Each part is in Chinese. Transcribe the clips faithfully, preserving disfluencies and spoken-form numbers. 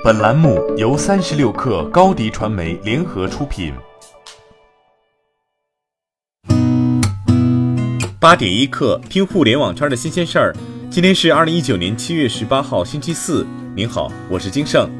本栏目由三十六氪高迪传媒联合出品。 八点一刻，听互联网圈的新鲜事儿。今天是二零一九年七月十八号，星期四。您好，我是金盛。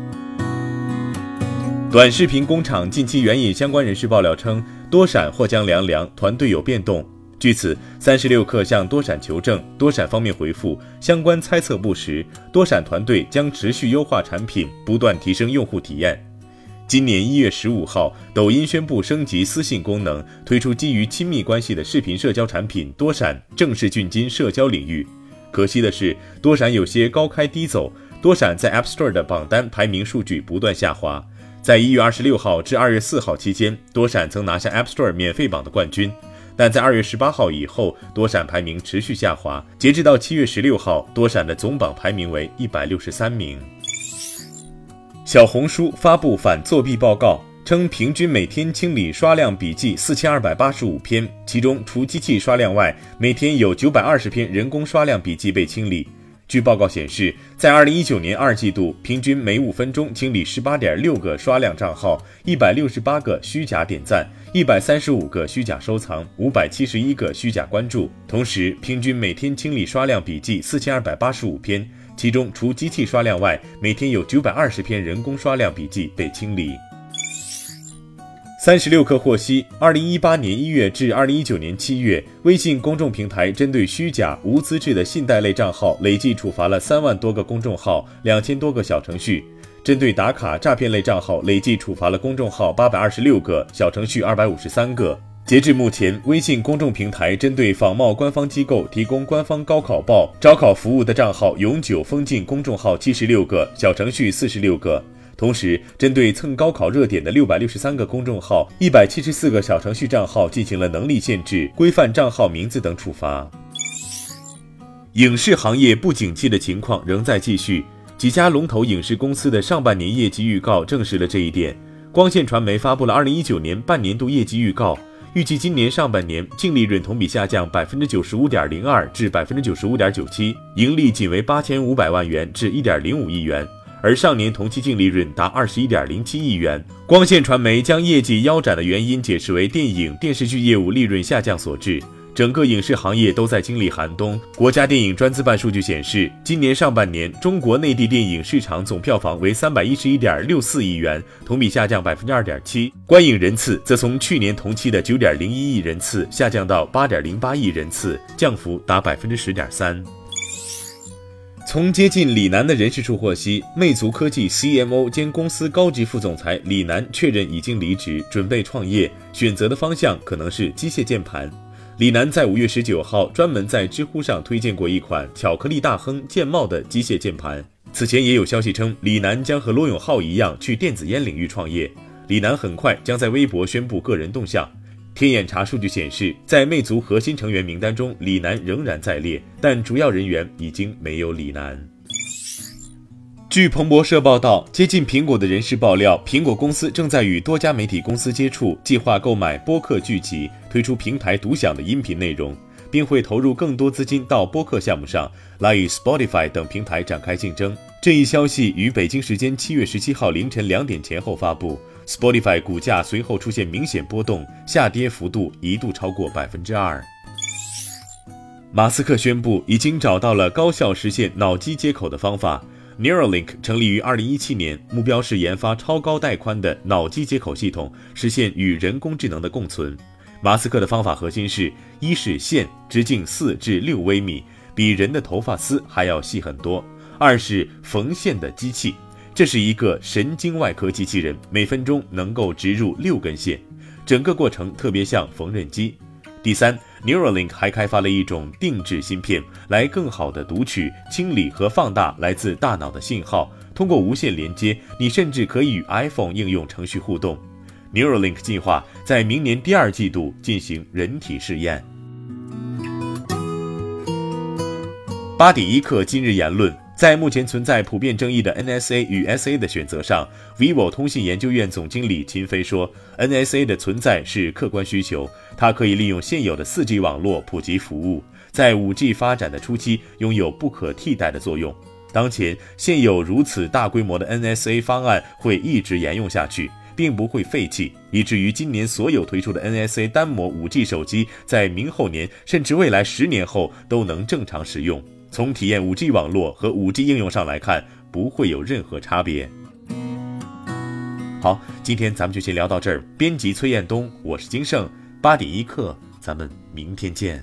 短视频工厂近期援引相关人士爆料称，多闪或将凉凉，团队有变动。据此，三十六氪向多闪求证，多闪方面回复相关猜测不实，多闪团队将持续优化产品，不断提升用户体验。今年一月十五号，抖音宣布升级私信功能，推出基于亲密关系的视频社交产品多闪正式进军社交领域。可惜的是，多闪有些高开低走，多闪在 App Store 的榜单排名数据不断下滑。在一月二十六号至二月四号期间，多闪曾拿下 App Store 免费榜的冠军。但在二月十八号以后，多闪排名持续下滑，截至到七月十六号，多闪的总榜排名为一百六十三名。小红书发布反作弊报告，称平均每天清理刷量笔记四千二百八十五篇，其中除机器刷量外，每天有九百二十篇人工刷量笔记被清理。据报告显示，在二零一九年二季度，平均每五分钟清理 十八点六个刷量账号，一百六十八个虚假点赞，一百三十五个虚假收藏，五百七十一个虚假关注。同时，平均每天清理刷量笔记四千二百八十五篇，其中除机器刷量外，每天有九百二十篇人工刷量笔记被清理。三十六氪获悉，二零一八年一月至二零一九年七月，微信公众平台针对虚假无资质的信贷类账号累计处罚了三万多个公众号，两千多个小程序。针对打卡诈骗类账号累计处罚了公众号八百二十六个，小程序二百五十三个。截至目前，微信公众平台针对仿冒官方机构提供官方高考报、招考服务的账号永久封禁公众号七十六个，小程序四十六个。同时，针对蹭高考热点的六百六十三个公众号、一百七十四个小程序账号进行了能力限制、规范账号名字等处罚。影视行业不景气的情况仍在继续，几家龙头影视公司的上半年业绩预告证实了这一点。光线传媒发布了二零一九年半年度业绩预告，预计今年上半年净利润同比下降 百分之九十五点零二 至 百分之九十五点九七， 盈利仅为八千五百万元至 一点零五亿元。而上年同期净利润达 二十一点零七亿元。光线传媒将业绩腰斩的原因解释为电影、电视剧业务利润下降所致。整个影视行业都在经历寒冬。国家电影专资办数据显示，今年上半年中国内地电影市场总票房为 三百一十一点六四亿元，同比下降 百分之二点七， 观影人次则从去年同期的 九点零一亿人次下降到 八点零八亿人次，降幅达 百分之十点三。从接近李楠的人事处获悉，魅族科技 C M O 兼公司高级副总裁李楠确认已经离职，准备创业，选择的方向可能是机械键盘。李楠在五月十九号专门在知乎上推荐过一款巧克力大亨键茂的机械键盘。此前也有消息称，李楠将和罗永浩一样去电子烟领域创业。李楠很快将在微博宣布个人动向。天眼查数据显示，在魅族核心成员名单中，李楠仍然在列，但主要人员已经没有李楠。据彭博社报道，接近苹果的人士爆料，苹果公司正在与多家媒体公司接触，计划购买播客剧集，推出平台独享的音频内容，并会投入更多资金到播客项目上，来与 Spotify 等平台展开竞争。这一消息于北京时间七月十七号凌晨两点前后发布。Spotify 股价随后出现明显波动，下跌幅度一度超过 百分之二。 马斯克宣布已经找到了高效实现脑机接口的方法。 Neuralink 成立于二零一七年，目标是研发超高带宽的脑机接口系统，实现与人工智能的共存。马斯克的方法核心是：一是线，直径四至六微米，比人的头发丝还要细很多；二是缝线的机器，这是一个神经外科机器人，每分钟能够植入六根线，整个过程特别像缝纫机。第三， Neuralink 还开发了一种定制芯片，来更好地读取、清理和放大来自大脑的信号，通过无线连接，你甚至可以与 iPhone 应用程序互动。Neuralink 计划在明年第二季度进行人体试验。八点一刻今日言论，在目前存在普遍争议的 N S A 与 S A 的选择上， vivo 通信研究院总经理秦飞说， N S A 的存在是客观需求，它可以利用现有的 四 G 网络普及服务，在 五 G 发展的初期拥有不可替代的作用。 当前现有如此大规模的 N S A 方案会一直沿用下去，并不会废弃，以至于今年所有推出的 N S A 单模 五G 手机在明后年甚至未来十年后都能正常使用。从体验 五G 网络和 五G 应用上来看，不会有任何差别。好，今天咱们就先聊到这儿。编辑崔彦东，我是金盛，八点一刻，咱们明天见。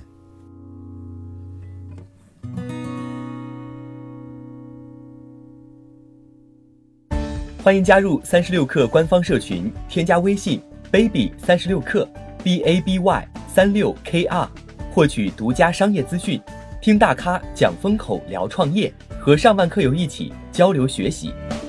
欢迎加入三十六课官方社群，添加微信 baby 三十六课 b a b y 三六 k r， 获取独家商业资讯，听大咖讲风口聊创业，和上万课友一起交流学习。